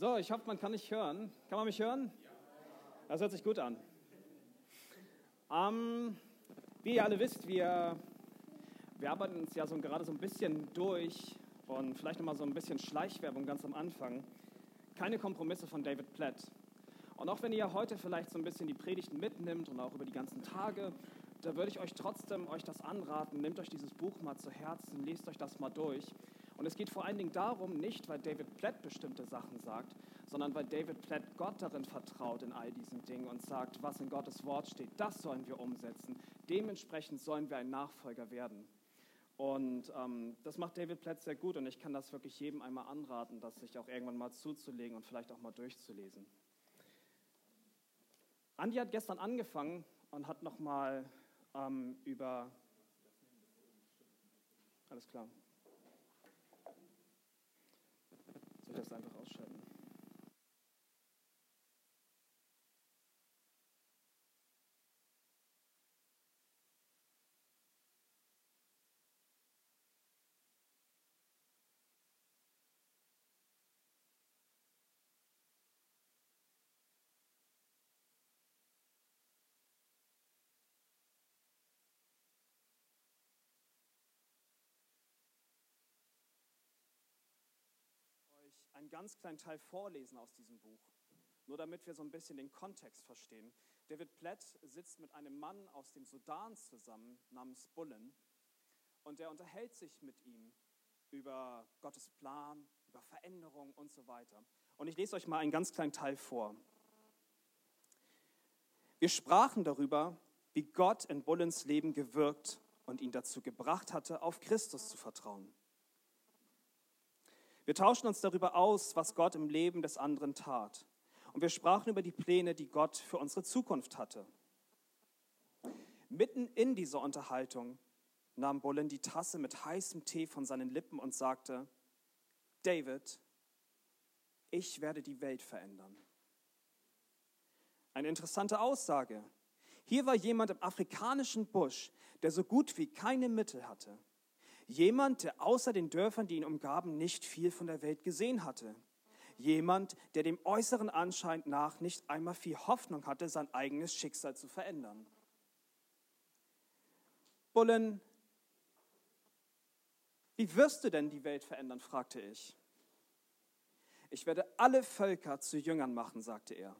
So, ich hoffe, man kann mich hören. Kann man mich hören? Das hört sich gut an. Wie ihr alle wisst, wir arbeiten uns ja gerade so ein bisschen durch und vielleicht nochmal so ein bisschen Schleichwerbung ganz am Anfang. Keine Kompromisse von David Platt. Und auch wenn ihr heute vielleicht so ein bisschen die Predigten mitnimmt und auch über die ganzen Tage, da würde ich euch trotzdem das anraten, nehmt euch dieses Buch mal zu Herzen, lest euch das mal durch. Und es geht vor allen Dingen darum, nicht weil David Platt bestimmte Sachen sagt, sondern weil David Platt Gott darin vertraut in all diesen Dingen und sagt, was in Gottes Wort steht, das sollen wir umsetzen. Dementsprechend sollen wir ein Nachfolger werden. Und das macht David Platt sehr gut und ich kann das wirklich jedem einmal anraten, das sich auch irgendwann mal zuzulegen und vielleicht auch mal durchzulesen. Andi hat gestern angefangen und hat nochmal über... Alles klar. Soll ich das einfach ausschalten? Euch einen ganz kleinen Teil vorlesen aus diesem Buch, nur damit wir so ein bisschen den Kontext verstehen. David Platt sitzt mit einem Mann aus dem Sudan zusammen namens Bullen und er unterhält sich mit ihm über Gottes Plan, über Veränderung und so weiter. Und ich lese euch mal einen ganz kleinen Teil vor. Wir sprachen darüber, wie Gott in Bullens Leben gewirkt und ihn dazu gebracht hatte, auf Christus zu vertrauen. Wir tauschten uns darüber aus, was Gott im Leben des anderen tat. Und wir sprachen über die Pläne, die Gott für unsere Zukunft hatte. Mitten in dieser Unterhaltung nahm Bullen die Tasse mit heißem Tee von seinen Lippen und sagte, David, ich werde die Welt verändern. Eine interessante Aussage. Hier war jemand im afrikanischen Busch, der so gut wie keine Mittel hatte. Jemand, der außer den Dörfern, die ihn umgaben, nicht viel von der Welt gesehen hatte. Jemand, der dem äußeren Anschein nach nicht einmal viel Hoffnung hatte, sein eigenes Schicksal zu verändern. Bullen, wie wirst du denn die Welt verändern, fragte ich. Ich werde alle Völker zu Jüngern machen, sagte er.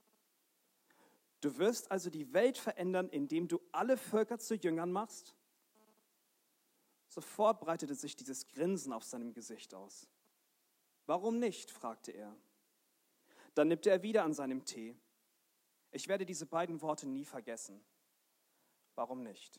Du wirst also die Welt verändern, indem du alle Völker zu Jüngern machst? Sofort breitete sich dieses Grinsen auf seinem Gesicht aus. Warum nicht? Fragte er. Dann nippte er wieder an seinem Tee. Ich werde diese beiden Worte nie vergessen. Warum nicht?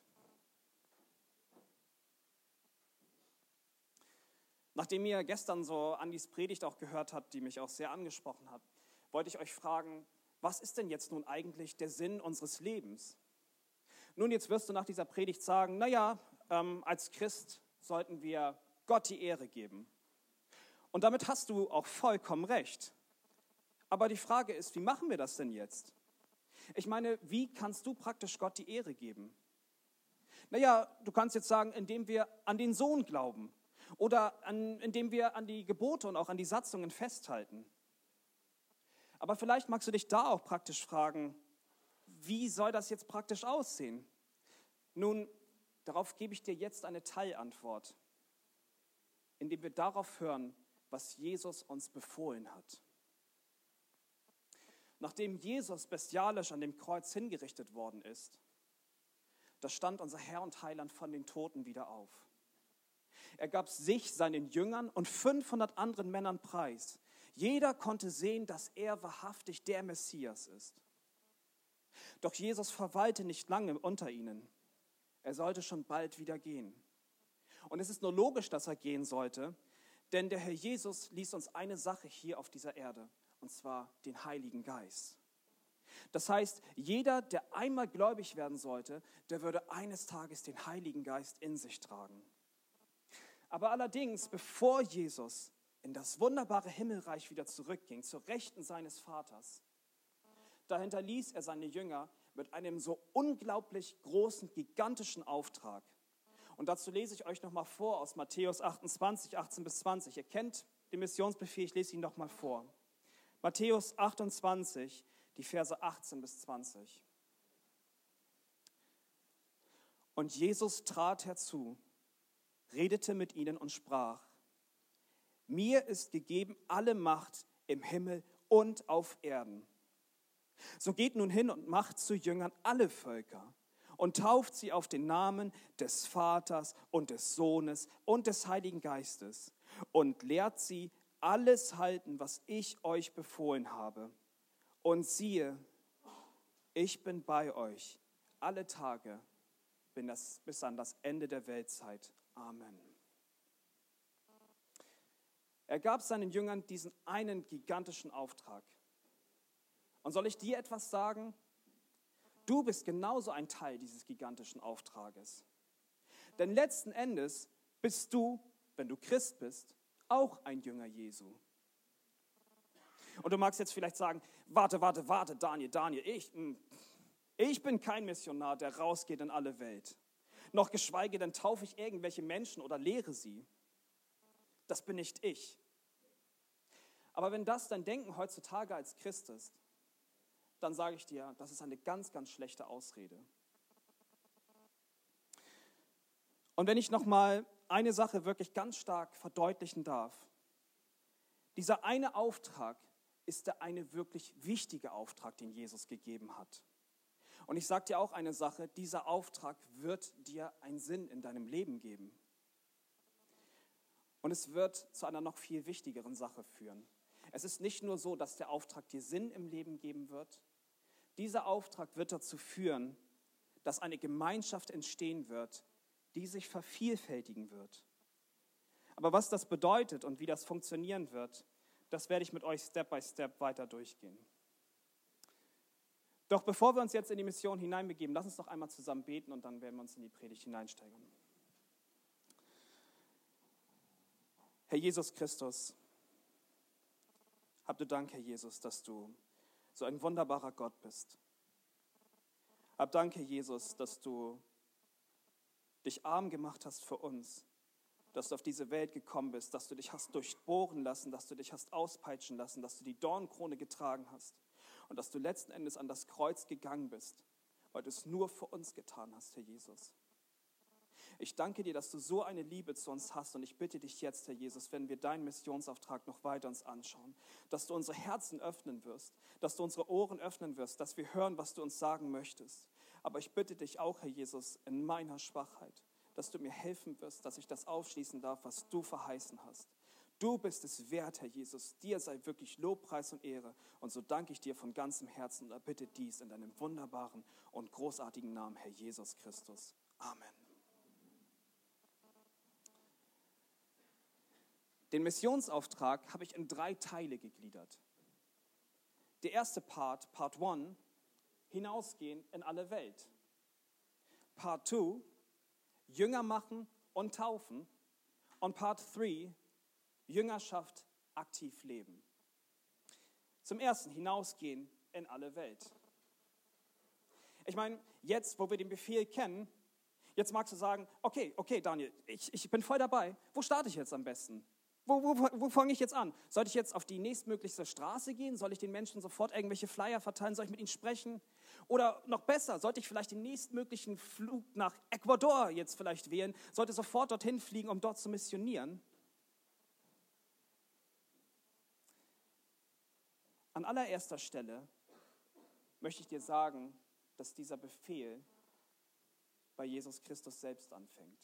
Nachdem ihr gestern so Andis Predigt auch gehört habt, die mich auch sehr angesprochen hat, wollte ich euch fragen, was ist denn jetzt nun eigentlich der Sinn unseres Lebens? Nun, jetzt wirst du nach dieser Predigt sagen, naja, als Christ sollten wir Gott die Ehre geben. Und damit hast du auch vollkommen recht. Aber die Frage ist, wie machen wir das denn jetzt? Ich meine, wie kannst du praktisch Gott die Ehre geben? Naja, du kannst jetzt sagen, indem wir an den Sohn glauben oder indem wir an die Gebote und auch an die Satzungen festhalten. Aber vielleicht magst du dich da auch praktisch fragen, wie soll das jetzt praktisch aussehen? Nun, darauf gebe ich dir jetzt eine Teilantwort, indem wir darauf hören, was Jesus uns befohlen hat. Nachdem Jesus bestialisch an dem Kreuz hingerichtet worden ist, da stand unser Herr und Heiland von den Toten wieder auf. Er gab sich, seinen Jüngern und 500 anderen Männern preis. Jeder konnte sehen, dass er wahrhaftig der Messias ist. Doch Jesus verweilte nicht lange unter ihnen. Er sollte schon bald wieder gehen. Und es ist nur logisch, dass er gehen sollte, denn der Herr Jesus ließ uns eine Sache hier auf dieser Erde, und zwar den Heiligen Geist. Das heißt, jeder, der einmal gläubig werden sollte, der würde eines Tages den Heiligen Geist in sich tragen. Aber allerdings, bevor Jesus in das wunderbare Himmelreich wieder zurückging, zur Rechten seines Vaters, da hinterließ er seine Jünger mit einem so unglaublich großen, gigantischen Auftrag. Und dazu lese ich euch nochmal vor aus Matthäus 28, 18 bis 20. Ihr kennt den Missionsbefehl, ich lese ihn nochmal vor. Matthäus 28, die Verse 18 bis 20. Und Jesus trat herzu, redete mit ihnen und sprach: Mir ist gegeben alle Macht im Himmel und auf Erden. So geht nun hin und macht zu Jüngern alle Völker und tauft sie auf den Namen des Vaters und des Sohnes und des Heiligen Geistes und lehrt sie, alles halten, was ich euch befohlen habe. Und siehe, ich bin bei euch alle Tage bis an das Ende der Weltzeit. Amen. Er gab seinen Jüngern diesen einen gigantischen Auftrag. Und soll ich dir etwas sagen? Du bist genauso ein Teil dieses gigantischen Auftrages. Denn letzten Endes bist du, wenn du Christ bist, auch ein Jünger Jesu. Und du magst jetzt vielleicht sagen, warte, Daniel, ich bin kein Missionar, der rausgeht in alle Welt. Noch geschweige denn taufe ich irgendwelche Menschen oder lehre sie. Das bin nicht ich. Aber wenn das dein Denken heutzutage als Christ ist, dann sage ich dir, das ist eine ganz, ganz schlechte Ausrede. Und wenn ich nochmal eine Sache wirklich ganz stark verdeutlichen darf, dieser eine Auftrag ist der eine wirklich wichtige Auftrag, den Jesus gegeben hat. Und ich sage dir auch eine Sache, dieser Auftrag wird dir einen Sinn in deinem Leben geben. Und es wird zu einer noch viel wichtigeren Sache führen. Es ist nicht nur so, dass der Auftrag dir Sinn im Leben geben wird. Dieser Auftrag wird dazu führen, dass eine Gemeinschaft entstehen wird, die sich vervielfältigen wird. Aber was das bedeutet und wie das funktionieren wird, das werde ich mit euch Step by Step weiter durchgehen. Doch bevor wir uns jetzt in die Mission hineinbegeben, lass uns noch einmal zusammen beten und dann werden wir uns in die Predigt hineinsteigern. Herr Jesus Christus, hab du Dank, Herr Jesus, dass du so ein wunderbarer Gott bist. Hab Dank, Herr Jesus, dass du dich arm gemacht hast für uns, dass du auf diese Welt gekommen bist, dass du dich hast durchbohren lassen, dass du dich hast auspeitschen lassen, dass du die Dornenkrone getragen hast und dass du letzten Endes an das Kreuz gegangen bist, weil du es nur für uns getan hast, Herr Jesus. Ich danke dir, dass du so eine Liebe zu uns hast und ich bitte dich jetzt, Herr Jesus, wenn wir deinen Missionsauftrag noch weiter uns anschauen, dass du unsere Herzen öffnen wirst, dass du unsere Ohren öffnen wirst, dass wir hören, was du uns sagen möchtest. Aber ich bitte dich auch, Herr Jesus, in meiner Schwachheit, dass du mir helfen wirst, dass ich das aufschließen darf, was du verheißen hast. Du bist es wert, Herr Jesus, dir sei wirklich Lobpreis und Ehre. Und so danke ich dir von ganzem Herzen und erbitte dies in deinem wunderbaren und großartigen Namen, Herr Jesus Christus. Amen. Den Missionsauftrag habe ich in 3 Teile gegliedert. Der erste Part 1, hinausgehen in alle Welt. Part 2, Jünger machen und taufen. Und Part 3, Jüngerschaft aktiv leben. Zum ersten, hinausgehen in alle Welt. Ich meine, jetzt, wo wir den Befehl kennen, jetzt magst du sagen, okay, Daniel, ich bin voll dabei. Wo starte ich jetzt am besten? Wo fange ich jetzt an? Soll ich jetzt auf die nächstmöglichste Straße gehen? Soll ich den Menschen sofort irgendwelche Flyer verteilen? Soll ich mit ihnen sprechen? Oder noch besser, sollte ich vielleicht den nächstmöglichen Flug nach Ecuador jetzt vielleicht wählen? Sollte sofort dorthin fliegen, um dort zu missionieren? An allererster Stelle möchte ich dir sagen, dass dieser Befehl bei Jesus Christus selbst anfängt.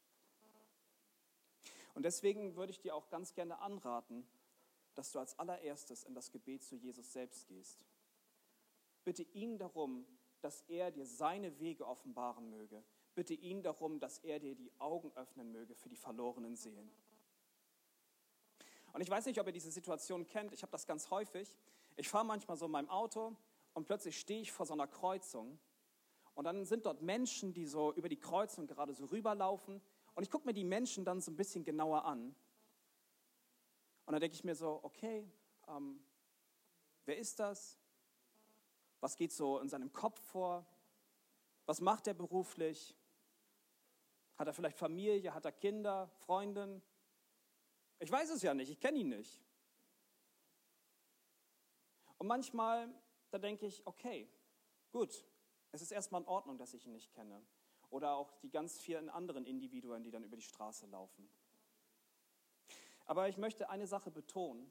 Und deswegen würde ich dir auch ganz gerne anraten, dass du als allererstes in das Gebet zu Jesus selbst gehst. Bitte ihn darum, dass er dir seine Wege offenbaren möge. Bitte ihn darum, dass er dir die Augen öffnen möge für die verlorenen Seelen. Und ich weiß nicht, ob ihr diese Situation kennt. Ich habe das ganz häufig. Ich fahre manchmal so in meinem Auto und plötzlich stehe ich vor so einer Kreuzung. Und dann sind dort Menschen, die so über die Kreuzung gerade so rüberlaufen. Und ich gucke mir die Menschen dann so ein bisschen genauer an. Und dann denke ich mir so, okay, wer ist das? Was geht so in seinem Kopf vor? Was macht er beruflich? Hat er vielleicht Familie? Hat er Kinder, Freundin? Ich weiß es ja nicht, ich kenne ihn nicht. Und manchmal, da denke ich, okay, gut, es ist erstmal in Ordnung, dass ich ihn nicht kenne. Oder auch die ganz vielen anderen Individuen, die dann über die Straße laufen. Aber ich möchte eine Sache betonen.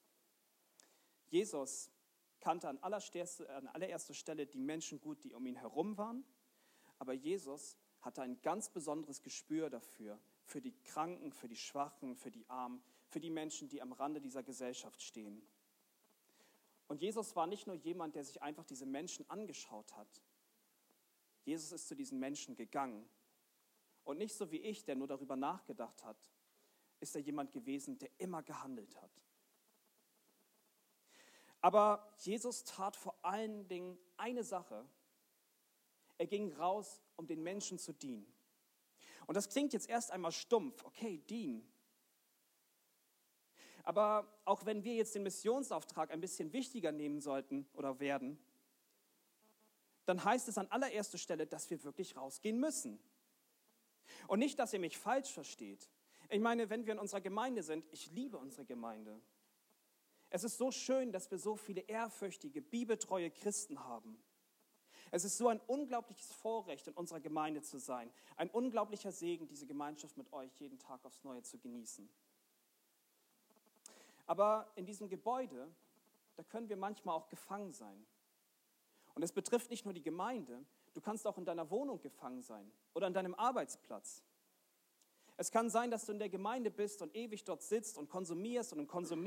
Jesus kannte an allererster Stelle die Menschen gut, die um ihn herum waren. Aber Jesus hatte ein ganz besonderes Gespür dafür, für die Kranken, für die Schwachen, für die Armen, für die Menschen, die am Rande dieser Gesellschaft stehen. Und Jesus war nicht nur jemand, der sich einfach diese Menschen angeschaut hat. Jesus ist zu diesen Menschen gegangen. Und nicht so wie ich, der nur darüber nachgedacht hat, ist er jemand gewesen, der immer gehandelt hat. Aber Jesus tat vor allen Dingen eine Sache. Er ging raus, um den Menschen zu dienen. Und das klingt jetzt erst einmal stumpf. Okay, dienen. Aber auch wenn wir jetzt den Missionsauftrag ein bisschen wichtiger nehmen sollten oder werden, dann heißt es an allererster Stelle, dass wir wirklich rausgehen müssen. Und nicht, dass ihr mich falsch versteht. Ich meine, wenn wir in unserer Gemeinde sind, ich liebe unsere Gemeinde. Es ist so schön, dass wir so viele ehrfürchtige, bibeltreue Christen haben. Es ist so ein unglaubliches Vorrecht, in unserer Gemeinde zu sein. Ein unglaublicher Segen, diese Gemeinschaft mit euch jeden Tag aufs Neue zu genießen. Aber in diesem Gebäude, da können wir manchmal auch gefangen sein. Und es betrifft nicht nur die Gemeinde, du kannst auch in deiner Wohnung gefangen sein oder an deinem Arbeitsplatz. Es kann sein, dass du in der Gemeinde bist und ewig dort sitzt und konsumierst,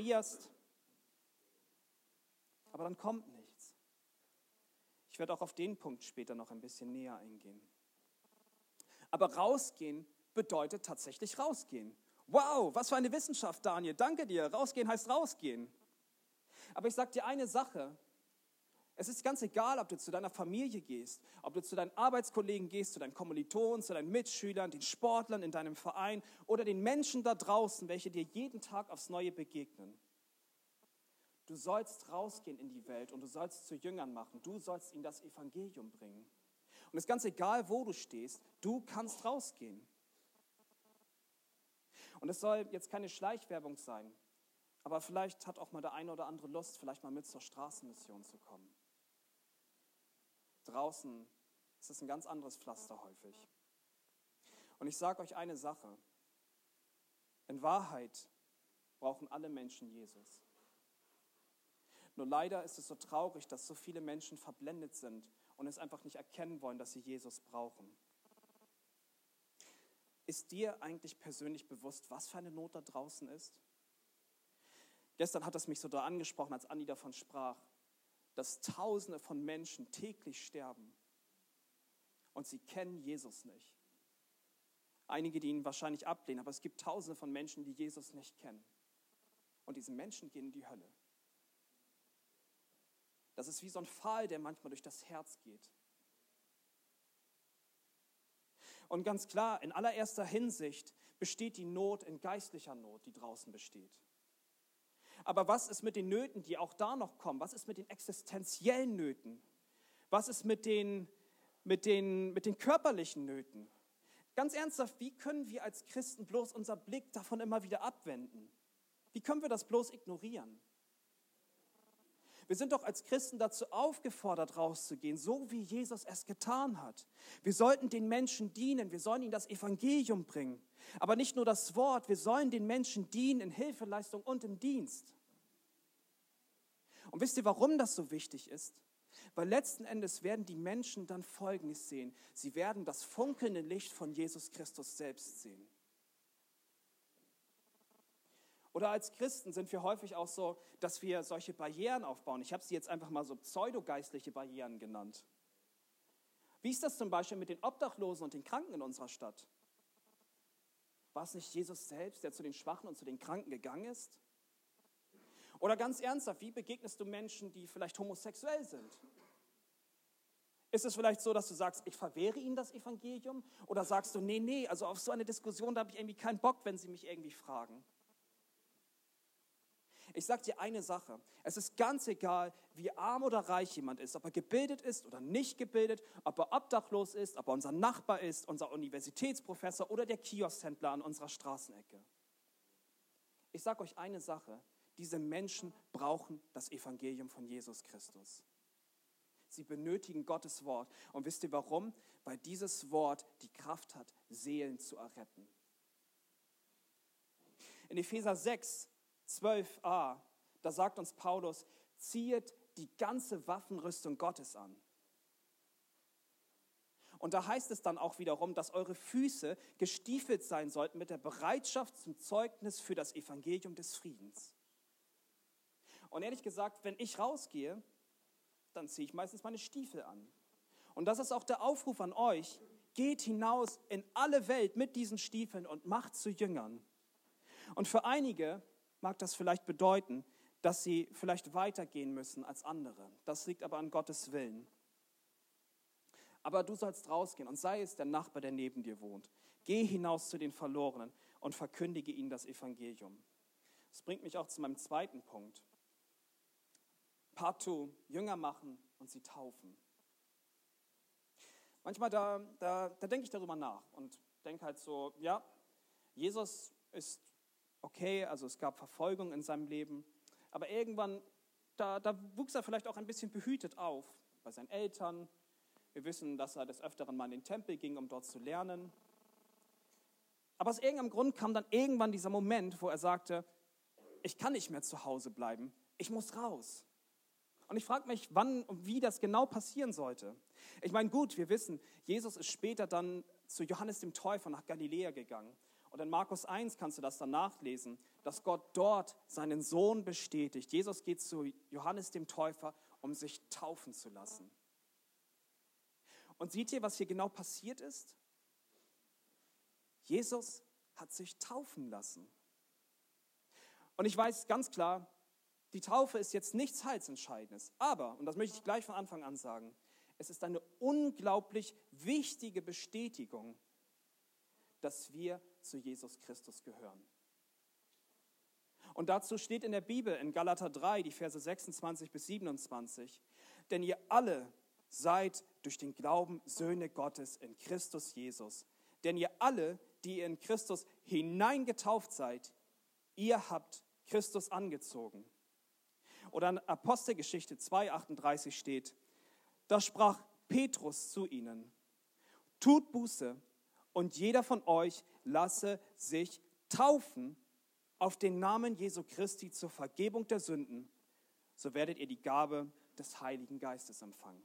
aber dann kommt nichts. Ich werde auch auf den Punkt später noch ein bisschen näher eingehen. Aber rausgehen bedeutet tatsächlich rausgehen. Wow, was für eine Wissenschaft, Daniel. Danke dir. Rausgehen heißt rausgehen. Aber ich sage dir eine Sache. Es ist ganz egal, ob du zu deiner Familie gehst, ob du zu deinen Arbeitskollegen gehst, zu deinen Kommilitonen, zu deinen Mitschülern, den Sportlern in deinem Verein oder den Menschen da draußen, welche dir jeden Tag aufs Neue begegnen. Du sollst rausgehen in die Welt und du sollst zu Jüngern machen. Du sollst ihnen das Evangelium bringen. Und es ist ganz egal, wo du stehst, du kannst rausgehen. Und es soll jetzt keine Schleichwerbung sein, aber vielleicht hat auch mal der eine oder andere Lust, vielleicht mal mit zur Straßenmission zu kommen. Draußen ist es ein ganz anderes Pflaster häufig. Und ich sage euch eine Sache. In Wahrheit brauchen alle Menschen Jesus. Nur leider ist es so traurig, dass so viele Menschen verblendet sind und es einfach nicht erkennen wollen, dass sie Jesus brauchen. Ist dir eigentlich persönlich bewusst, was für eine Not da draußen ist? Gestern hat es mich so da angesprochen, als Andi davon sprach, dass Tausende von Menschen täglich sterben und sie kennen Jesus nicht. Einige, die ihn wahrscheinlich ablehnen, aber es gibt Tausende von Menschen, die Jesus nicht kennen. Und diese Menschen gehen in die Hölle. Das ist wie so ein Pfahl, der manchmal durch das Herz geht. Und ganz klar, in allererster Hinsicht besteht die Not in geistlicher Not, die draußen besteht. Aber was ist mit den Nöten, die auch da noch kommen? Was ist mit den existenziellen Nöten? Was ist mit den körperlichen Nöten? Ganz ernsthaft, wie können wir als Christen bloß unser Blick davon immer wieder abwenden? Wie können wir das bloß ignorieren? Wir sind doch als Christen dazu aufgefordert, rauszugehen, so wie Jesus es getan hat. Wir sollten den Menschen dienen, wir sollen ihnen das Evangelium bringen. Aber nicht nur das Wort, wir sollen den Menschen dienen in Hilfeleistung und im Dienst. Und wisst ihr, warum das so wichtig ist? Weil letzten Endes werden die Menschen dann Folgendes sehen. Sie werden das funkelnde Licht von Jesus Christus selbst sehen. Oder als Christen sind wir häufig auch so, dass wir solche Barrieren aufbauen. Ich habe sie jetzt einfach mal so pseudogeistliche Barrieren genannt. Wie ist das zum Beispiel mit den Obdachlosen und den Kranken in unserer Stadt? War es nicht Jesus selbst, der zu den Schwachen und zu den Kranken gegangen ist? Oder ganz ernsthaft, wie begegnest du Menschen, die vielleicht homosexuell sind? Ist es vielleicht so, dass du sagst, ich verwehre ihnen das Evangelium? Oder sagst du, nee, also auf so eine Diskussion, da habe ich irgendwie keinen Bock, wenn sie mich irgendwie fragen? Ich sage dir eine Sache, es ist ganz egal, wie arm oder reich jemand ist, ob er gebildet ist oder nicht gebildet, ob er obdachlos ist, ob er unser Nachbar ist, unser Universitätsprofessor oder der Kioskhändler an unserer Straßenecke. Ich sage euch eine Sache, Diese Menschen brauchen das Evangelium von Jesus Christus. Sie benötigen Gottes Wort. Und wisst ihr warum? Weil dieses Wort die Kraft hat, Seelen zu erretten. In Epheser 6, 12a, da sagt uns Paulus, ziehet die ganze Waffenrüstung Gottes an. Und da heißt es dann auch wiederum, dass eure Füße gestiefelt sein sollten mit der Bereitschaft zum Zeugnis für das Evangelium des Friedens. Und ehrlich gesagt, wenn ich rausgehe, dann ziehe ich meistens meine Stiefel an. Und das ist auch der Aufruf an euch, geht hinaus in alle Welt mit diesen Stiefeln und macht zu Jüngern. Und für einige mag das vielleicht bedeuten, dass sie vielleicht weitergehen müssen als andere. Das liegt aber an Gottes Willen. Aber du sollst rausgehen und sei es der Nachbar, der neben dir wohnt. Geh hinaus zu den Verlorenen und verkündige ihnen das Evangelium. Das bringt mich auch zu meinem zweiten Punkt. Part 2, Jünger machen und sie taufen. Manchmal da denke ich darüber nach und denke halt so, ja, Jesus ist okay, also es gab Verfolgung in seinem Leben, aber irgendwann, da wuchs er vielleicht auch ein bisschen behütet auf bei seinen Eltern. Wir wissen, dass er des Öfteren mal in den Tempel ging, um dort zu lernen. Aber aus irgendeinem Grund kam dann irgendwann dieser Moment, wo er sagte, ich kann nicht mehr zu Hause bleiben, ich muss raus. Und ich frage mich, wann und wie das genau passieren sollte. Ich meine, gut, wir wissen, Jesus ist später dann zu Johannes dem Täufer nach Galiläa gegangen. Und in Markus 1 kannst du das dann nachlesen, dass Gott dort seinen Sohn bestätigt. Jesus geht zu Johannes dem Täufer, um sich taufen zu lassen. Und seht ihr, was hier genau passiert ist? Jesus hat sich taufen lassen. Und ich weiß ganz klar, die Taufe ist jetzt nichts Heilsentscheidendes. Aber, und das möchte ich gleich von Anfang an sagen, es ist eine unglaublich wichtige Bestätigung, dass wir zu Jesus Christus gehören. Und dazu steht in der Bibel, in Galater 3, die Verse 26 bis 27, denn ihr alle seid durch den Glauben Söhne Gottes in Christus Jesus. Denn ihr alle, die ihr in Christus hineingetauft seid, ihr habt Christus angezogen. Oder in Apostelgeschichte 2,38 steht, da sprach Petrus zu ihnen, tut Buße und jeder von euch lasse sich taufen auf den Namen Jesu Christi zur Vergebung der Sünden, so werdet ihr die Gabe des Heiligen Geistes empfangen.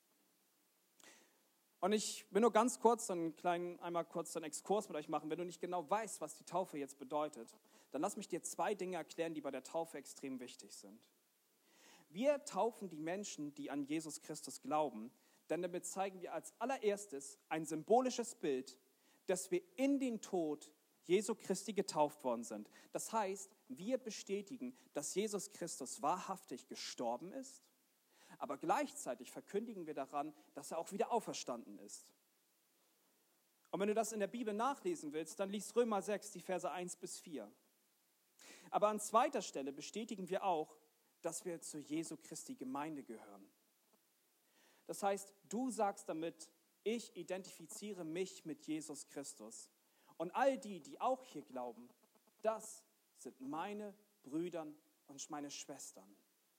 Und ich will nur ganz kurz einmal kurz einen Exkurs mit euch machen. Wenn du nicht genau weißt, was die Taufe jetzt bedeutet, dann lass mich dir 2 Dinge erklären, die bei der Taufe extrem wichtig sind. Wir taufen die Menschen, die an Jesus Christus glauben, denn damit zeigen wir als allererstes ein symbolisches Bild, dass wir in den Tod Jesu Christi getauft worden sind. Das heißt, wir bestätigen, dass Jesus Christus wahrhaftig gestorben ist, aber gleichzeitig verkündigen wir daran, dass er auch wieder auferstanden ist. Und wenn du das in der Bibel nachlesen willst, dann lies Römer 6, die Verse 1 bis 4. Aber an zweiter Stelle bestätigen wir auch, dass wir zu Jesu Christi Gemeinde gehören. Das heißt, du sagst damit, ich identifiziere mich mit Jesus Christus. Und all die, die auch hier glauben, das sind meine Brüder und meine Schwestern.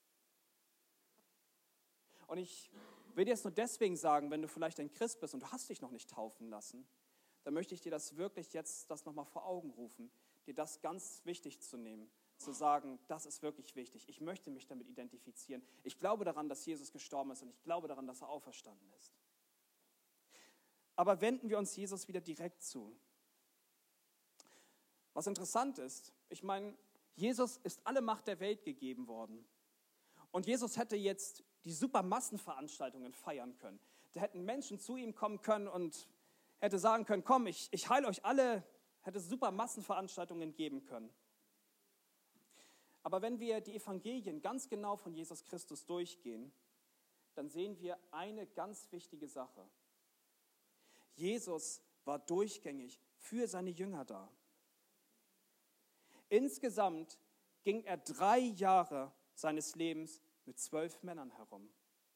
Und ich will dir das nur deswegen sagen, wenn du vielleicht ein Christ bist und du hast dich noch nicht taufen lassen, dann möchte ich dir das wirklich jetzt nochmal vor Augen rufen, dir das ganz wichtig zu nehmen, zu sagen, das ist wirklich wichtig. Ich möchte mich damit identifizieren. Ich glaube daran, dass Jesus gestorben ist und ich glaube daran, dass er auferstanden ist. Aber wenden wir uns Jesus wieder direkt zu. Was interessant ist, ich meine, Jesus ist alle Macht der Welt gegeben worden. Und Jesus hätte jetzt die super Massenveranstaltungen feiern können. Da hätten Menschen zu ihm kommen können und hätte sagen können, komm, ich heile euch alle, hätte super Massenveranstaltungen geben können. Aber wenn wir die Evangelien ganz genau von Jesus Christus durchgehen, dann sehen wir eine ganz wichtige Sache. Jesus war durchgängig für seine Jünger da. Insgesamt ging er 3 Jahre seines Lebens mit 12 Männern herum.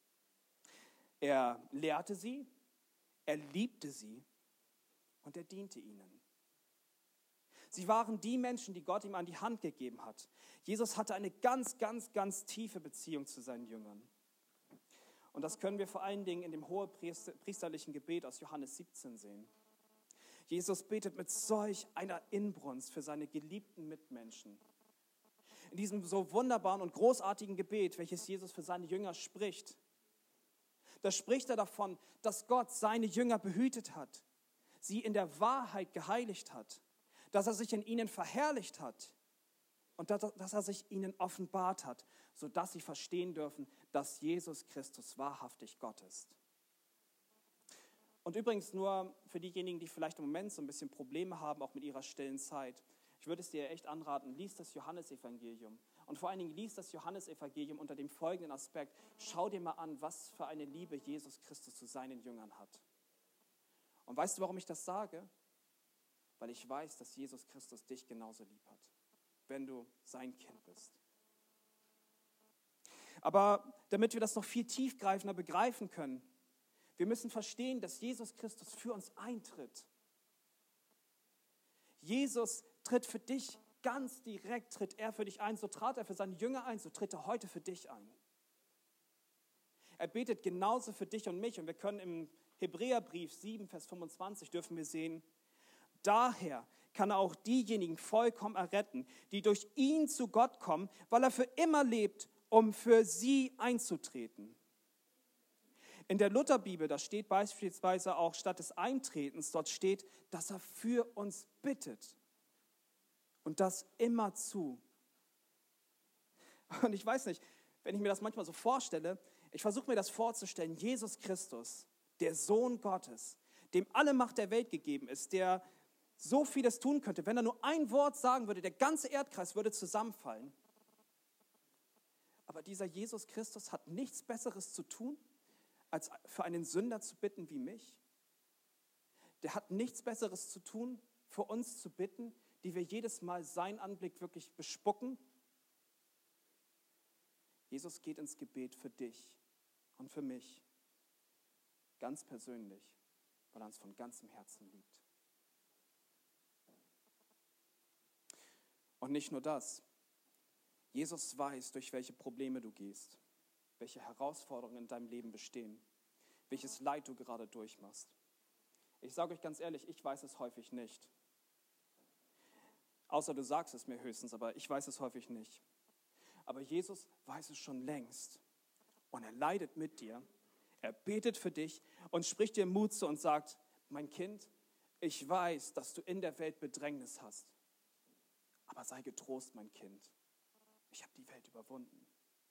Er lehrte sie, er liebte sie und er diente ihnen. Sie waren die Menschen, die Gott ihm an die Hand gegeben hat. Jesus hatte eine ganz, ganz, ganz tiefe Beziehung zu seinen Jüngern. Und das können wir vor allen Dingen in dem hohepriesterlichen Gebet aus Johannes 17 sehen. Jesus betet mit solch einer Inbrunst für seine geliebten Mitmenschen. In diesem so wunderbaren und großartigen Gebet, welches Jesus für seine Jünger spricht, da spricht er davon, dass Gott seine Jünger behütet hat, sie in der Wahrheit geheiligt hat, dass er sich in ihnen verherrlicht hat und dass er sich ihnen offenbart hat, sodass sie verstehen dürfen, dass Jesus Christus wahrhaftig Gott ist. Und übrigens nur für diejenigen, die vielleicht im Moment so ein bisschen Probleme haben, auch mit ihrer stillen Zeit. Ich würde es dir echt anraten, lies das Johannesevangelium. Und vor allen Dingen lies das Johannesevangelium unter dem folgenden Aspekt. Schau dir mal an, was für eine Liebe Jesus Christus zu seinen Jüngern hat. Und weißt du, warum ich das sage? Weil ich weiß, dass Jesus Christus dich genauso lieb hat, wenn du sein Kind bist. Aber damit wir das noch viel tiefgreifender begreifen können, wir müssen verstehen, dass Jesus Christus für uns eintritt. Jesus tritt für dich ganz direkt, tritt er für dich ein. So trat er für seine Jünger ein, so tritt er heute für dich ein. Er betet genauso für dich und mich. Und wir können im Hebräerbrief 7, Vers 25 dürfen wir sehen, daher kann er auch diejenigen vollkommen erretten, die durch ihn zu Gott kommen, weil er für immer lebt, um für sie einzutreten. In der Lutherbibel, da steht beispielsweise auch statt des Eintretens, dort steht, dass er für uns bittet. Und das immerzu. Und ich weiß nicht, wenn ich mir das manchmal so vorstelle, ich versuche mir das vorzustellen, Jesus Christus, der Sohn Gottes, dem alle Macht der Welt gegeben ist, der so vieles tun könnte, wenn er nur ein Wort sagen würde, der ganze Erdkreis würde zusammenfallen. Aber dieser Jesus Christus hat nichts Besseres zu tun, als für einen Sünder zu bitten wie mich. Der hat nichts Besseres zu tun, für uns zu bitten, die wir jedes Mal seinen Anblick wirklich bespucken. Jesus geht ins Gebet für dich und für mich, ganz persönlich, weil er uns von ganzem Herzen liebt. Und nicht nur das. Jesus weiß, durch welche Probleme du gehst, welche Herausforderungen in deinem Leben bestehen, welches Leid du gerade durchmachst. Ich sage euch ganz ehrlich, ich weiß es häufig nicht. Außer du sagst es mir höchstens, aber ich weiß es häufig nicht. Aber Jesus weiß es schon längst. Und er leidet mit dir, er betet für dich und spricht dir Mut zu und sagt, mein Kind, ich weiß, dass du in der Welt Bedrängnis hast. Aber sei getrost, mein Kind. Ich habe die Welt überwunden.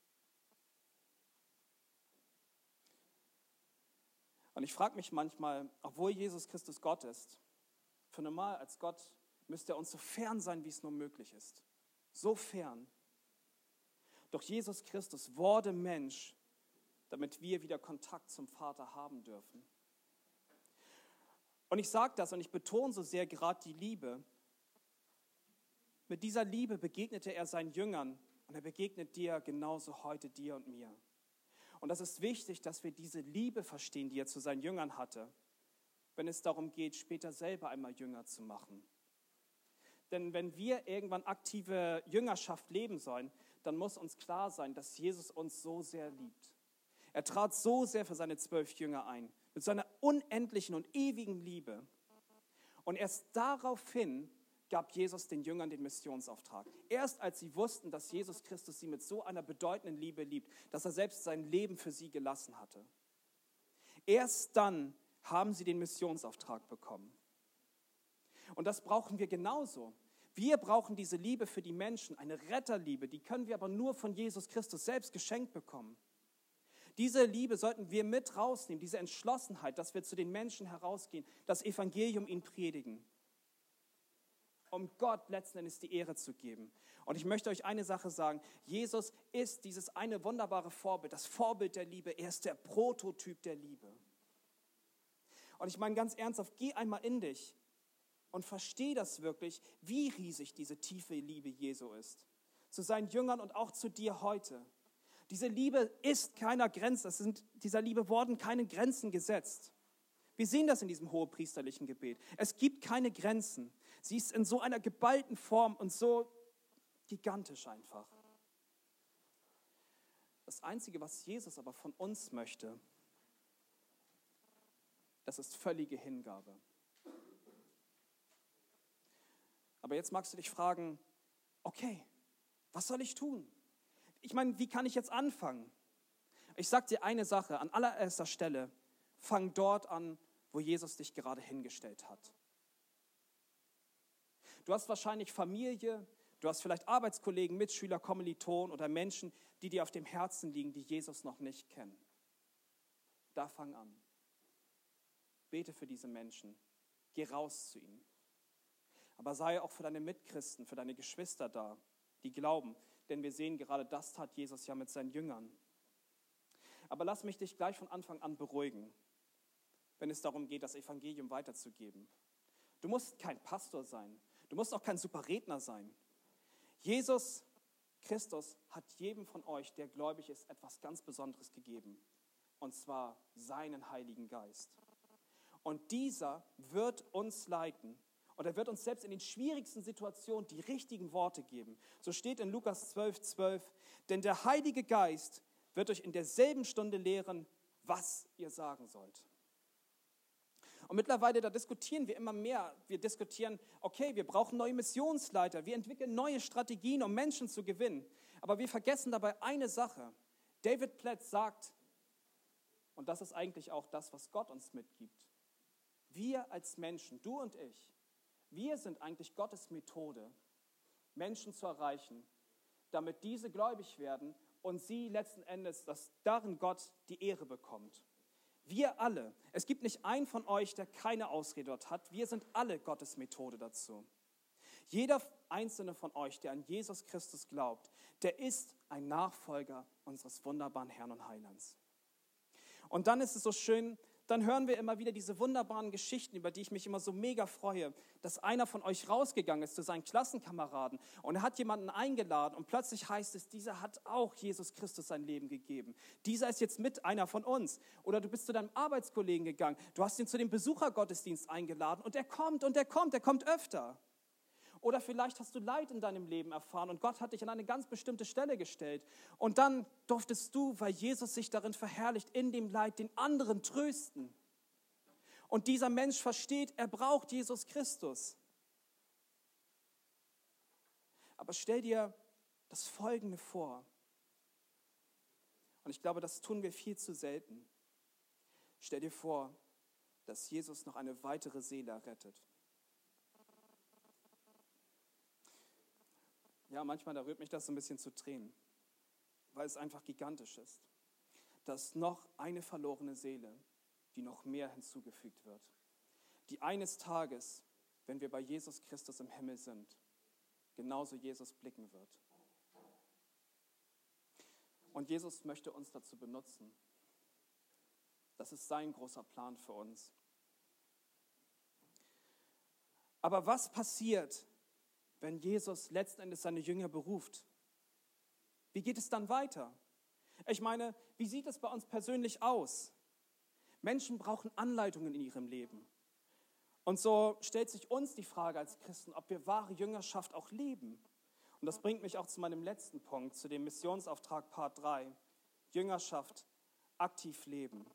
Und ich frage mich manchmal, obwohl Jesus Christus Gott ist, für normal als Gott müsste er uns so fern sein, wie es nur möglich ist. So fern. Doch Jesus Christus wurde Mensch, damit wir wieder Kontakt zum Vater haben dürfen. Und ich sage das und ich betone so sehr gerade die Liebe. Mit dieser Liebe begegnete er seinen Jüngern und er begegnet dir genauso heute, dir und mir. Und das ist wichtig, dass wir diese Liebe verstehen, die er zu seinen Jüngern hatte, wenn es darum geht, später selber einmal Jünger zu machen. Denn wenn wir irgendwann aktive Jüngerschaft leben sollen, dann muss uns klar sein, dass Jesus uns so sehr liebt. Er trat so sehr für seine 12 Jünger ein, mit seiner unendlichen und ewigen Liebe. Und erst daraufhin gab Jesus den Jüngern den Missionsauftrag. Erst als sie wussten, dass Jesus Christus sie mit so einer bedeutenden Liebe liebt, dass er selbst sein Leben für sie gelassen hatte. Erst dann haben sie den Missionsauftrag bekommen. Und das brauchen wir genauso. Wir brauchen diese Liebe für die Menschen, eine Retterliebe, die können wir aber nur von Jesus Christus selbst geschenkt bekommen. Diese Liebe sollten wir mit rausnehmen, diese Entschlossenheit, dass wir zu den Menschen herausgehen, das Evangelium ihnen predigen, um Gott letzten Endes die Ehre zu geben. Und ich möchte euch eine Sache sagen, Jesus ist dieses eine wunderbare Vorbild, das Vorbild der Liebe, er ist der Prototyp der Liebe. Und ich meine ganz ernsthaft, geh einmal in dich und versteh das wirklich, wie riesig diese tiefe Liebe Jesu ist. Zu seinen Jüngern und auch zu dir heute. Diese Liebe ist keiner Grenze, dieser Liebe wurden keine Grenzen gesetzt. Wir sehen das in diesem hohepriesterlichen Gebet. Es gibt keine Grenzen. Sie ist in so einer geballten Form und so gigantisch einfach. Das Einzige, was Jesus aber von uns möchte, das ist völlige Hingabe. Aber jetzt magst du dich fragen, okay, was soll ich tun? Ich meine, wie kann ich jetzt anfangen? Ich sage dir eine Sache, an allererster Stelle, fang dort an, wo Jesus dich gerade hingestellt hat. Du hast wahrscheinlich Familie, du hast vielleicht Arbeitskollegen, Mitschüler, Kommilitonen oder Menschen, die dir auf dem Herzen liegen, die Jesus noch nicht kennen. Da fang an. Bete für diese Menschen. Geh raus zu ihnen. Aber sei auch für deine Mitchristen, für deine Geschwister da, die glauben. Denn wir sehen gerade, das tat Jesus ja mit seinen Jüngern. Aber lass mich dich gleich von Anfang an beruhigen, wenn es darum geht, das Evangelium weiterzugeben. Du musst kein Pastor sein. Du musst auch kein Superredner sein. Jesus Christus hat jedem von euch, der gläubig ist, etwas ganz Besonderes gegeben. Und zwar seinen Heiligen Geist. Und dieser wird uns leiten. Und er wird uns selbst in den schwierigsten Situationen die richtigen Worte geben. So steht in Lukas 12,12, denn der Heilige Geist wird euch in derselben Stunde lehren, was ihr sagen sollt. Und mittlerweile, da diskutieren wir immer mehr. Wir diskutieren, okay, wir brauchen neue Missionsleiter, wir entwickeln neue Strategien, um Menschen zu gewinnen. Aber wir vergessen dabei eine Sache. David Platt sagt, und das ist eigentlich auch das, was Gott uns mitgibt, wir als Menschen, du und ich, wir sind eigentlich Gottes Methode, Menschen zu erreichen, damit diese gläubig werden und sie letzten Endes, dass darin Gott die Ehre bekommt. Wir alle, es gibt nicht einen von euch, der keine Ausrede dort hat, wir sind alle Gottes Methode dazu. Jeder einzelne von euch, der an Jesus Christus glaubt, der ist ein Nachfolger unseres wunderbaren Herrn und Heilands. Und dann ist es so schön, dann hören wir immer wieder diese wunderbaren Geschichten, über die ich mich immer so mega freue, dass einer von euch rausgegangen ist zu seinen Klassenkameraden und er hat jemanden eingeladen und plötzlich heißt es, dieser hat auch Jesus Christus sein Leben gegeben. Dieser ist jetzt mit einer von uns. Oder du bist zu deinem Arbeitskollegen gegangen, du hast ihn zu dem Besuchergottesdienst eingeladen und er kommt öfter. Oder vielleicht hast du Leid in deinem Leben erfahren und Gott hat dich an eine ganz bestimmte Stelle gestellt. Und dann durftest du, weil Jesus sich darin verherrlicht, in dem Leid den anderen trösten. Und dieser Mensch versteht, er braucht Jesus Christus. Aber stell dir das Folgende vor. Und ich glaube, das tun wir viel zu selten. Stell dir vor, dass Jesus noch eine weitere Seele rettet. Ja, manchmal, da rührt mich das so ein bisschen zu Tränen, weil es einfach gigantisch ist. Dass noch eine verlorene Seele, die noch mehr hinzugefügt wird, die eines Tages, wenn wir bei Jesus Christus im Himmel sind, genauso Jesus blicken wird. Und Jesus möchte uns dazu benutzen. Das ist sein großer Plan für uns. Aber was passiert, wenn Jesus letzten Endes seine Jünger beruft? Wie geht es dann weiter? Ich meine, wie sieht es bei uns persönlich aus? Menschen brauchen Anleitungen in ihrem Leben. Und so stellt sich uns die Frage als Christen, ob wir wahre Jüngerschaft auch leben. Und das bringt mich auch zu meinem letzten Punkt, zu dem Missionsauftrag Part 3. Jüngerschaft, aktiv leben.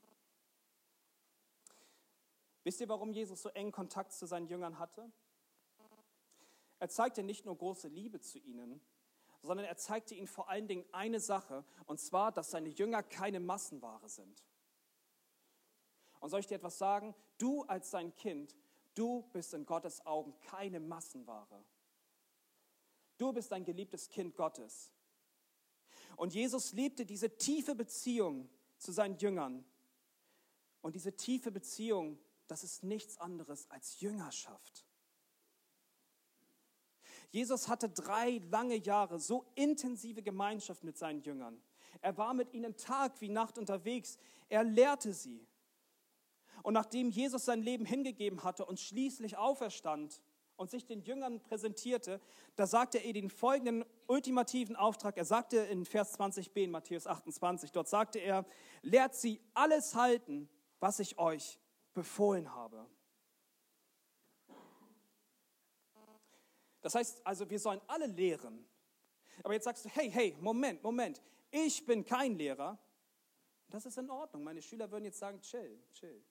Wisst ihr, warum Jesus so engen Kontakt zu seinen Jüngern hatte? Er zeigte nicht nur große Liebe zu ihnen, sondern er zeigte ihnen vor allen Dingen eine Sache, und zwar, dass seine Jünger keine Massenware sind. Und soll ich dir etwas sagen? Du als sein Kind, du bist in Gottes Augen keine Massenware. Du bist ein geliebtes Kind Gottes. Und Jesus lebte diese tiefe Beziehung zu seinen Jüngern. Und diese tiefe Beziehung, das ist nichts anderes als Jüngerschaft. Jesus hatte 3 lange Jahre so intensive Gemeinschaft mit seinen Jüngern. Er war mit ihnen Tag wie Nacht unterwegs. Er lehrte sie. Und nachdem Jesus sein Leben hingegeben hatte und schließlich auferstand und sich den Jüngern präsentierte, da sagte er den folgenden ultimativen Auftrag. Er sagte in Vers 20b in Matthäus 28, dort sagte er, lehrt sie alles halten, was ich euch befohlen habe. Das heißt also, wir sollen alle lehren. Aber jetzt sagst du, hey, Moment, ich bin kein Lehrer. Das ist in Ordnung. Meine Schüler würden jetzt sagen, chill.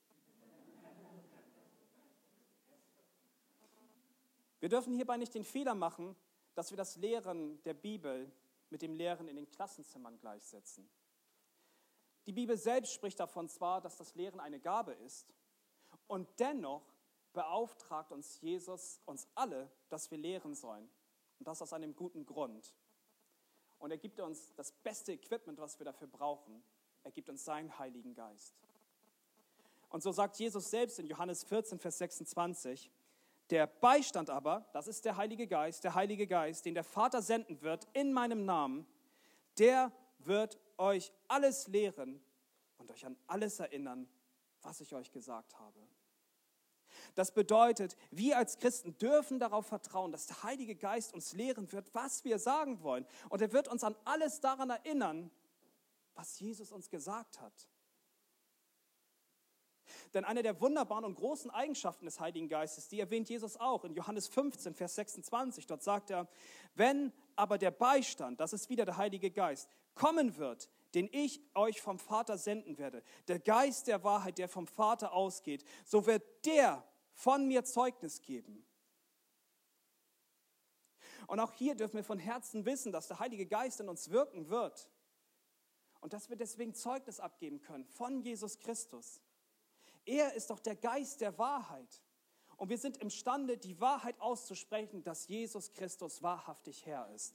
Wir dürfen hierbei nicht den Fehler machen, dass wir das Lehren der Bibel mit dem Lehren in den Klassenzimmern gleichsetzen. Die Bibel selbst spricht davon zwar, dass das Lehren eine Gabe ist, und dennoch beauftragt uns Jesus, uns alle, dass wir lehren sollen. Und das aus einem guten Grund. Und er gibt uns das beste Equipment, was wir dafür brauchen. Er gibt uns seinen Heiligen Geist. Und so sagt Jesus selbst in Johannes 14, Vers 26, der Beistand aber, das ist der Heilige Geist, den der Vater senden wird in meinem Namen, der wird euch alles lehren und euch an alles erinnern, was ich euch gesagt habe. Das bedeutet, wir als Christen dürfen darauf vertrauen, dass der Heilige Geist uns lehren wird, was wir sagen wollen. Und er wird uns an alles daran erinnern, was Jesus uns gesagt hat. Denn eine der wunderbaren und großen Eigenschaften des Heiligen Geistes, die erwähnt Jesus auch in Johannes 15, Vers 26. Dort sagt er, wenn aber der Beistand, das ist wieder der Heilige Geist, kommen wird, den ich euch vom Vater senden werde, der Geist der Wahrheit, der vom Vater ausgeht, so wird der von mir Zeugnis geben. Und auch hier dürfen wir von Herzen wissen, dass der Heilige Geist in uns wirken wird und dass wir deswegen Zeugnis abgeben können von Jesus Christus. Er ist doch der Geist der Wahrheit. Und wir sind imstande, die Wahrheit auszusprechen, dass Jesus Christus wahrhaftig Herr ist.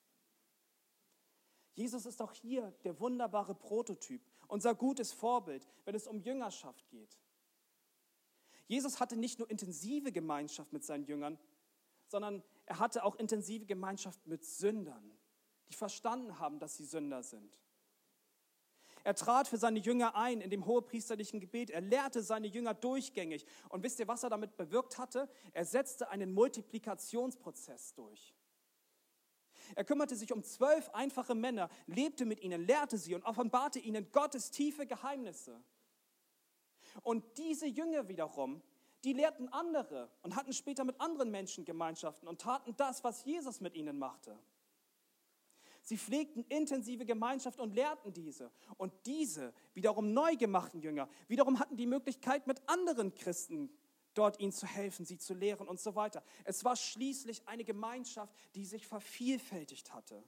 Jesus ist auch hier der wunderbare Prototyp, unser gutes Vorbild, wenn es um Jüngerschaft geht. Jesus hatte nicht nur intensive Gemeinschaft mit seinen Jüngern, sondern er hatte auch intensive Gemeinschaft mit Sündern, die verstanden haben, dass sie Sünder sind. Er trat für seine Jünger ein in dem hohepriesterlichen Gebet. Er lehrte seine Jünger durchgängig. Und wisst ihr, was er damit bewirkt hatte? Er setzte einen Multiplikationsprozess durch. Er kümmerte sich um 12 einfache Männer, lebte mit ihnen, lehrte sie und offenbarte ihnen Gottes tiefe Geheimnisse. Und diese Jünger wiederum, die lehrten andere und hatten später mit anderen Menschen Gemeinschaften und taten das, was Jesus mit ihnen machte. Sie pflegten intensive Gemeinschaft und lehrten diese. Und diese wiederum neu gemachten Jünger, wiederum hatten die Möglichkeit, mit anderen Christen dort ihnen zu helfen, sie zu lehren und so weiter. Es war schließlich eine Gemeinschaft, die sich vervielfältigt hatte.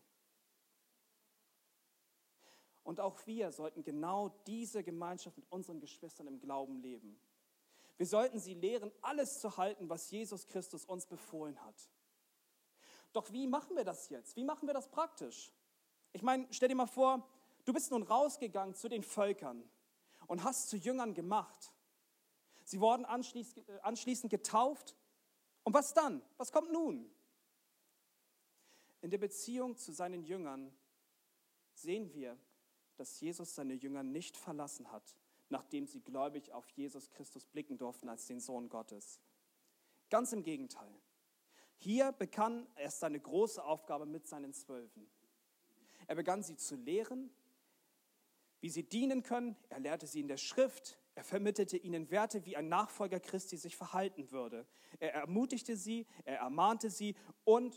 Und auch wir sollten genau diese Gemeinschaft mit unseren Geschwistern im Glauben leben. Wir sollten sie lehren, alles zu halten, was Jesus Christus uns befohlen hat. Doch wie machen wir das jetzt? Wie machen wir das praktisch? Ich meine, stell dir mal vor, du bist nun rausgegangen zu den Völkern und hast zu Jüngern gemacht. Sie wurden anschließend getauft. Und was dann? Was kommt nun? In der Beziehung zu seinen Jüngern sehen wir, dass Jesus seine Jünger nicht verlassen hat, nachdem sie gläubig auf Jesus Christus blicken durften als den Sohn Gottes. Ganz im Gegenteil. Hier begann erst seine große Aufgabe mit seinen 12. Er begann sie zu lehren, wie sie dienen können. Er lehrte sie in der Schrift. Er vermittelte ihnen Werte, wie ein Nachfolger Christi sich verhalten würde. Er ermutigte sie, er ermahnte sie und.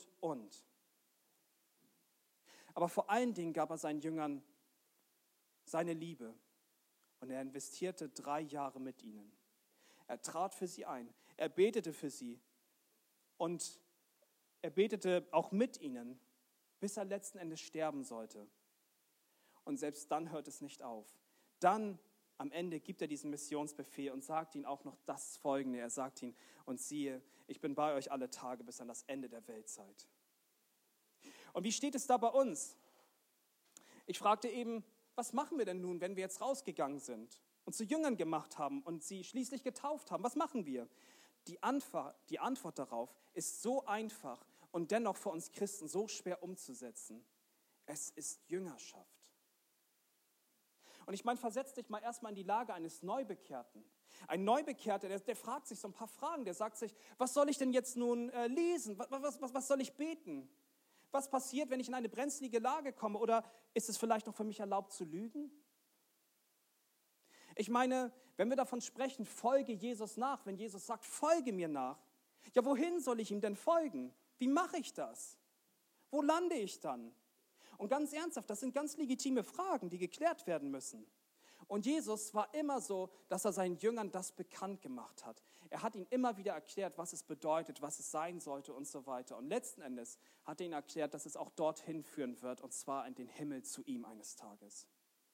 Aber vor allen Dingen gab er seinen Jüngern seine Liebe. Und er investierte 3 Jahre mit ihnen. Er trat für sie ein. Er betete für sie. Und er betete auch mit ihnen, bis er letzten Endes sterben sollte. Und selbst dann hört es nicht auf. Dann am Ende gibt er diesen Missionsbefehl und sagt ihnen auch noch das Folgende. Er sagt ihnen, und siehe, ich bin bei euch alle Tage bis an das Ende der Weltzeit. Und wie steht es da bei uns? Ich fragte eben, was machen wir denn nun, wenn wir jetzt rausgegangen sind und zu Jüngern gemacht haben und sie schließlich getauft haben? Was machen wir? Die Antwort darauf ist so einfach und dennoch für uns Christen so schwer umzusetzen. Es ist Jüngerschaft. Und ich meine, versetz dich mal erstmal in die Lage eines Neubekehrten. Ein Neubekehrter, der fragt sich so ein paar Fragen, der sagt sich, was soll ich denn jetzt nun lesen? Was soll ich beten? Was passiert, wenn ich in eine brenzlige Lage komme? Oder ist es vielleicht noch für mich erlaubt zu lügen? Ich meine, wenn wir davon sprechen, folge Jesus nach, wenn Jesus sagt, folge mir nach, Ja, wohin soll ich ihm denn folgen? Wie mache ich das? Wo lande ich dann? Und ganz ernsthaft, das sind ganz legitime Fragen, die geklärt werden müssen. Und Jesus war immer so, dass er seinen Jüngern das bekannt gemacht hat. Er hat ihnen immer wieder erklärt, was es bedeutet, was es sein sollte und so weiter. Und letzten Endes hat er ihnen erklärt, dass es auch dorthin führen wird, und zwar in den Himmel zu ihm eines Tages.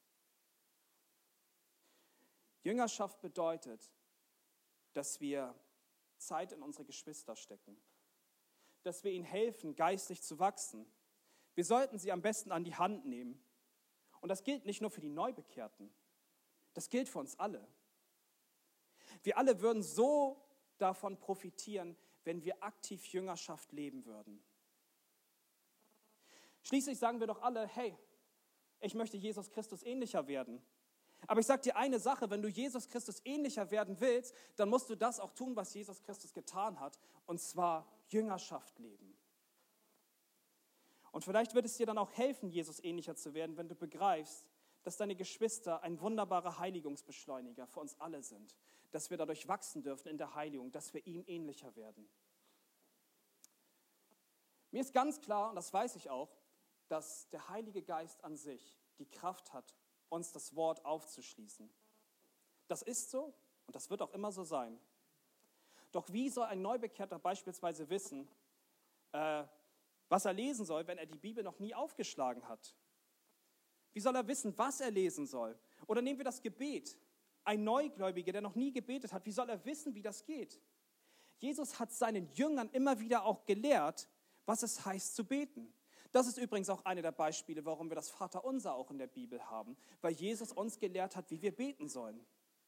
Jüngerschaft bedeutet, dass wir Zeit in unsere Geschwister stecken, dass wir ihnen helfen, geistlich zu wachsen. Wir sollten sie am besten an die Hand nehmen. Und das gilt nicht nur für die Neubekehrten, das gilt für uns alle. Wir alle würden so davon profitieren, wenn wir aktiv Jüngerschaft leben würden. Schließlich sagen wir doch alle, hey, ich möchte Jesus Christus ähnlicher werden. Aber ich sage dir eine Sache, wenn du Jesus Christus ähnlicher werden willst, dann musst du das auch tun, was Jesus Christus getan hat, und zwar Jüngerschaft leben. Und vielleicht wird es dir dann auch helfen, Jesus ähnlicher zu werden, wenn du begreifst, dass deine Geschwister ein wunderbarer Heiligungsbeschleuniger für uns alle sind, dass wir dadurch wachsen dürfen in der Heiligung, dass wir ihm ähnlicher werden. Mir ist ganz klar, und das weiß ich auch, dass der Heilige Geist an sich die Kraft hat, uns das Wort aufzuschließen. Das ist so und das wird auch immer so sein. Doch wie soll ein Neubekehrter beispielsweise wissen, was er lesen soll, wenn er die Bibel noch nie aufgeschlagen hat? Wie soll er wissen, was er lesen soll? Oder nehmen wir das Gebet. Ein Neugläubiger, der noch nie gebetet hat, wie soll er wissen, wie das geht? Jesus hat seinen Jüngern immer wieder auch gelehrt, was es heißt zu beten. Das ist übrigens auch eine der Beispiele, warum wir das Vaterunser auch in der Bibel haben, weil Jesus uns gelehrt hat, wie wir beten sollen.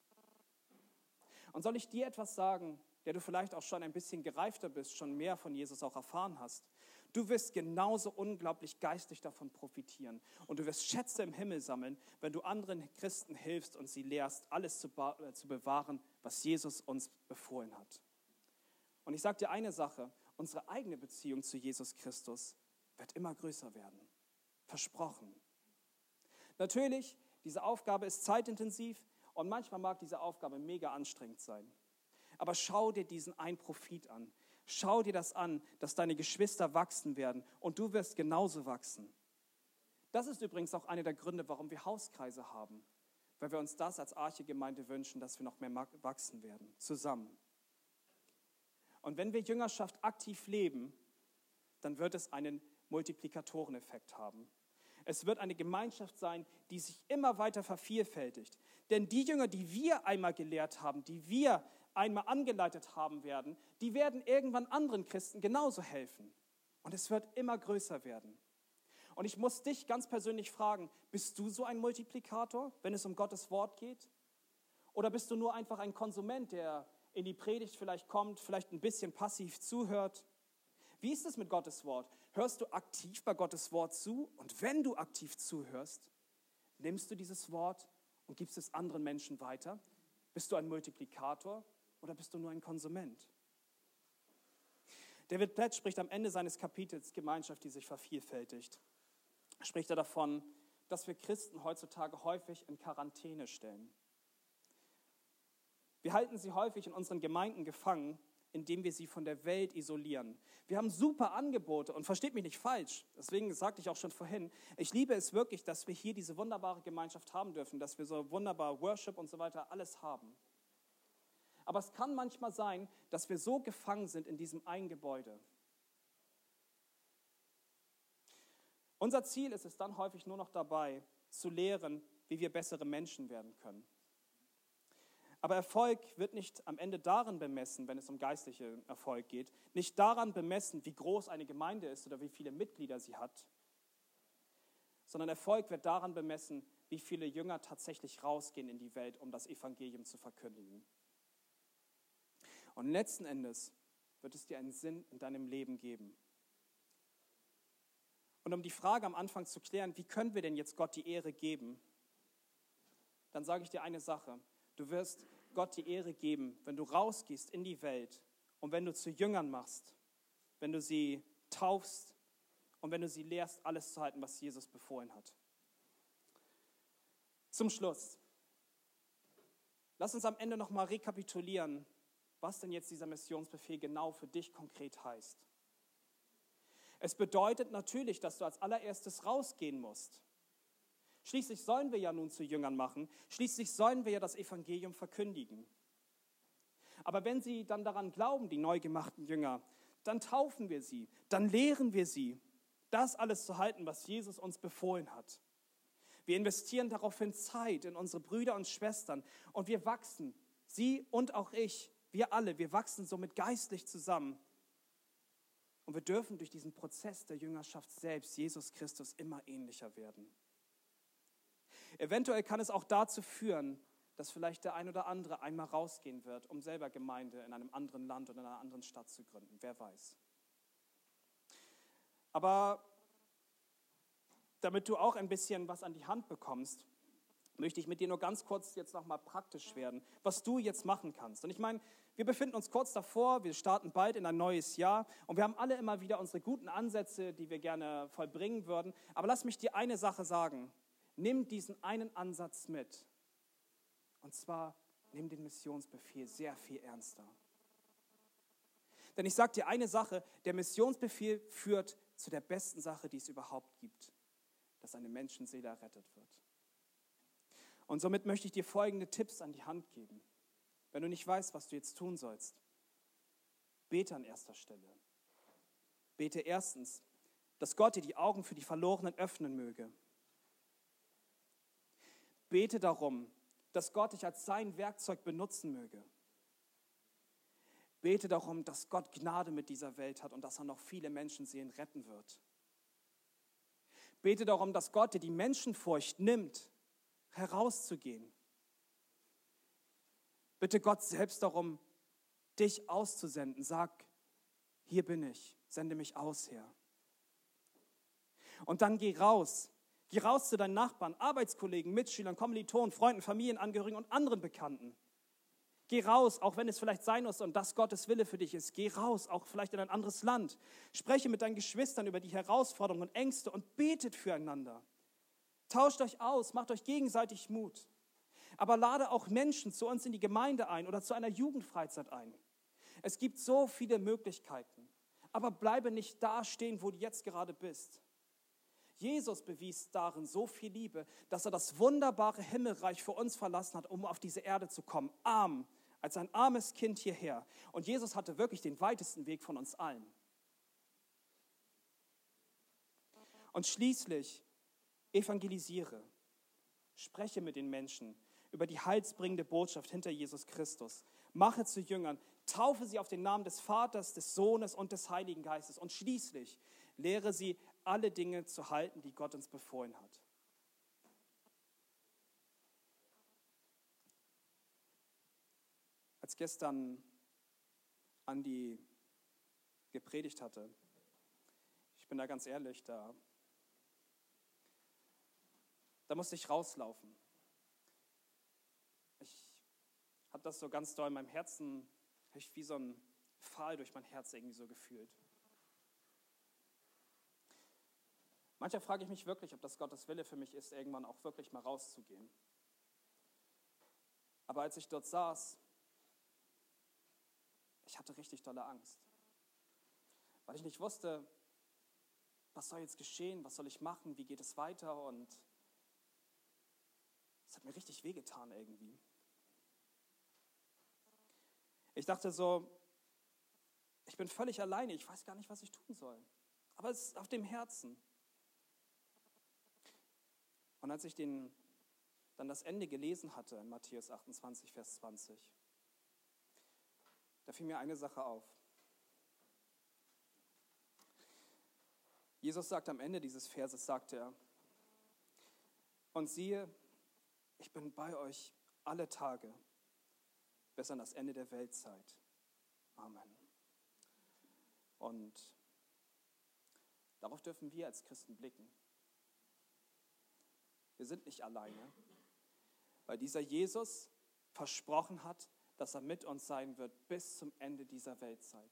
Und soll ich dir etwas sagen, der du vielleicht auch schon ein bisschen gereifter bist, schon mehr von Jesus auch erfahren hast? Du wirst genauso unglaublich geistig davon profitieren und du wirst Schätze im Himmel sammeln, wenn du anderen Christen hilfst und sie lehrst, alles zu bewahren, was Jesus uns befohlen hat. Und ich sage dir eine Sache, unsere eigene Beziehung zu Jesus Christus wird immer größer werden. Versprochen. Natürlich, diese Aufgabe ist zeitintensiv und manchmal mag diese Aufgabe mega anstrengend sein. Aber schau dir diesen einen Profit an. Schau dir das an, dass deine Geschwister wachsen werden und du wirst genauso wachsen. Das ist übrigens auch einer der Gründe, warum wir Hauskreise haben. Weil wir uns das als Arche-Gemeinde wünschen, dass wir noch mehr wachsen werden, zusammen. Und wenn wir Jüngerschaft aktiv leben, dann wird es einen Multiplikatoreneffekt haben. Es wird eine Gemeinschaft sein, die sich immer weiter vervielfältigt. Denn die Jünger, die wir einmal gelehrt haben, die wir einmal angeleitet haben werden, die werden irgendwann anderen Christen genauso helfen. Und es wird immer größer werden. Und ich muss dich ganz persönlich fragen, bist du so ein Multiplikator, wenn es um Gottes Wort geht? Oder bist du nur einfach ein Konsument, der in die Predigt vielleicht kommt, vielleicht ein bisschen passiv zuhört? Wie ist es mit Gottes Wort? Hörst du aktiv bei Gottes Wort zu? Und wenn du aktiv zuhörst, nimmst du dieses Wort und gibst es anderen Menschen weiter? Bist du ein Multiplikator oder bist du nur ein Konsument? David Platt spricht am Ende seines Kapitels Gemeinschaft, die sich vervielfältigt. Spricht er davon, dass wir Christen heutzutage häufig in Quarantäne stellen. Wir halten sie häufig in unseren Gemeinden gefangen, indem wir sie von der Welt isolieren. Wir haben super Angebote und versteht mich nicht falsch, deswegen sagte ich auch schon vorhin, ich liebe es wirklich, dass wir hier diese wunderbare Gemeinschaft haben dürfen, dass wir so wunderbar Worship und so weiter alles haben. Aber es kann manchmal sein, dass wir so gefangen sind in diesem einen Gebäude. Unser Ziel ist es dann häufig nur noch dabei, zu lehren, wie wir bessere Menschen werden können. Aber Erfolg wird nicht am Ende daran bemessen, wenn es um geistlichen Erfolg geht, nicht daran bemessen, wie groß eine Gemeinde ist oder wie viele Mitglieder sie hat, sondern Erfolg wird daran bemessen, wie viele Jünger tatsächlich rausgehen in die Welt, um das Evangelium zu verkündigen. Und letzten Endes wird es dir einen Sinn in deinem Leben geben. Und um die Frage am Anfang zu klären, wie können wir denn jetzt Gott die Ehre geben, dann sage ich dir eine Sache. Du wirst Gott die Ehre geben, wenn du rausgehst in die Welt und wenn du zu Jüngern machst, wenn du sie taufst und wenn du sie lehrst, alles zu halten, was Jesus befohlen hat. Zum Schluss. Lass uns am Ende nochmal rekapitulieren, was denn jetzt dieser Missionsbefehl genau für dich konkret heißt. Es bedeutet natürlich, dass du als allererstes rausgehen musst. Schließlich sollen wir ja nun zu Jüngern machen. Schließlich sollen wir ja das Evangelium verkündigen. Aber wenn sie dann daran glauben, die neu gemachten Jünger, dann taufen wir sie, dann lehren wir sie, das alles zu halten, was Jesus uns befohlen hat. Wir investieren daraufhin Zeit in unsere Brüder und Schwestern und wir wachsen, sie und auch ich, wir alle, wir wachsen somit geistlich zusammen. Und wir dürfen durch diesen Prozess der Jüngerschaft selbst Jesus Christus immer ähnlicher werden. Eventuell kann es auch dazu führen, dass vielleicht der ein oder andere einmal rausgehen wird, um selber Gemeinde in einem anderen Land oder in einer anderen Stadt zu gründen. Wer weiß. Aber damit du auch ein bisschen was an die Hand bekommst, möchte ich mit dir nur ganz kurz jetzt nochmal praktisch werden, was du jetzt machen kannst. Und ich meine, wir befinden uns kurz davor, wir starten bald in ein neues Jahr und wir haben alle immer wieder unsere guten Ansätze, die wir gerne vollbringen würden. Aber lass mich dir eine Sache sagen. Nimm diesen einen Ansatz mit. Und zwar, nimm den Missionsbefehl sehr viel ernster. Denn ich sage dir eine Sache, der Missionsbefehl führt zu der besten Sache, die es überhaupt gibt, dass eine Menschenseele errettet wird. Und somit möchte ich dir folgende Tipps an die Hand geben. Wenn du nicht weißt, was du jetzt tun sollst, bete an erster Stelle. Bete erstens, dass Gott dir die Augen für die Verlorenen öffnen möge. Bete darum, dass Gott dich als sein Werkzeug benutzen möge. Bete darum, dass Gott Gnade mit dieser Welt hat und dass er noch viele Menschenseelen retten wird. Bete darum, dass Gott dir die Menschenfurcht nimmt, herauszugehen. Bitte Gott selbst darum, dich auszusenden. Sag, hier bin ich, sende mich aus, Herr. Und dann geh raus. Geh raus zu deinen Nachbarn, Arbeitskollegen, Mitschülern, Kommilitonen, Freunden, Familienangehörigen und anderen Bekannten. Geh raus, auch wenn es vielleicht sein muss und das Gottes Wille für dich ist. Geh raus, auch vielleicht in ein anderes Land. Spreche mit deinen Geschwistern über die Herausforderungen und Ängste und betet füreinander. Tauscht euch aus, macht euch gegenseitig Mut. Aber lade auch Menschen zu uns in die Gemeinde ein oder zu einer Jugendfreizeit ein. Es gibt so viele Möglichkeiten, aber bleibe nicht da stehen, wo du jetzt gerade bist. Jesus bewies darin so viel Liebe, dass er das wunderbare Himmelreich für uns verlassen hat, um auf diese Erde zu kommen. Arm, als ein armes Kind hierher. Und Jesus hatte wirklich den weitesten Weg von uns allen. Und schließlich evangelisiere. Spreche mit den Menschen über die heilsbringende Botschaft hinter Jesus Christus. Mache zu Jüngern, taufe sie auf den Namen des Vaters, des Sohnes und des Heiligen Geistes. Und schließlich lehre sie, alle Dinge zu halten, die Gott uns befohlen hat. Als gestern Andi gepredigt hatte, ich bin da ganz ehrlich, da musste ich rauslaufen. Ich habe das so ganz doll in meinem Herzen, habe ich wie so ein Pfahl durch mein Herz irgendwie so gefühlt. Manchmal frage ich mich wirklich, ob das Gottes Wille für mich ist, irgendwann auch wirklich mal rauszugehen. Aber als ich dort saß, ich hatte richtig dolle Angst, weil ich nicht wusste, was soll jetzt geschehen, was soll ich machen, wie geht es weiter, und es hat mir richtig wehgetan irgendwie. Ich dachte so, ich bin völlig alleine, ich weiß gar nicht, was ich tun soll, aber es ist auf dem Herzen. Und als ich dann das Ende gelesen hatte in Matthäus 28, Vers 20, da fiel mir eine Sache auf. Jesus sagt am Ende dieses Verses, sagt er, und siehe, ich bin bei euch alle Tage bis an das Ende der Weltzeit. Amen. Und darauf dürfen wir als Christen blicken. Wir sind nicht alleine, weil dieser Jesus versprochen hat, dass er mit uns sein wird bis zum Ende dieser Weltzeit.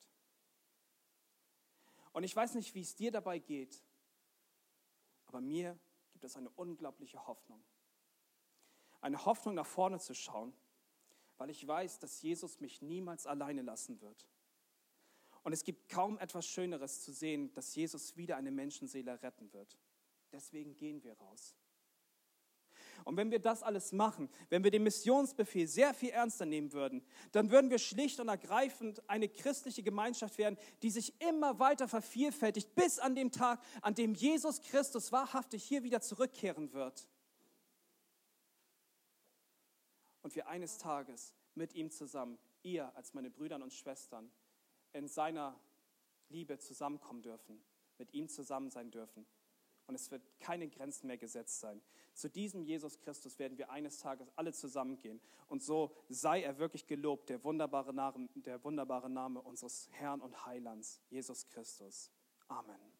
Und ich weiß nicht, wie es dir dabei geht, aber mir gibt es eine unglaubliche Hoffnung. Eine Hoffnung, nach vorne zu schauen, weil ich weiß, dass Jesus mich niemals alleine lassen wird. Und es gibt kaum etwas Schöneres zu sehen, dass Jesus wieder eine Menschenseele retten wird. Deswegen gehen wir raus. Und wenn wir das alles machen, wenn wir den Missionsbefehl sehr viel ernster nehmen würden, dann würden wir schlicht und ergreifend eine christliche Gemeinschaft werden, die sich immer weiter vervielfältigt, bis an den Tag, an dem Jesus Christus wahrhaftig hier wieder zurückkehren wird. Und wir eines Tages mit ihm zusammen, ihr als meine Brüder und Schwestern, in seiner Liebe zusammenkommen dürfen, mit ihm zusammen sein dürfen. Und es wird keine Grenzen mehr gesetzt sein. Zu diesem Jesus Christus werden wir eines Tages alle zusammengehen. Und so sei er wirklich gelobt, der wunderbare Name unseres Herrn und Heilands, Jesus Christus. Amen.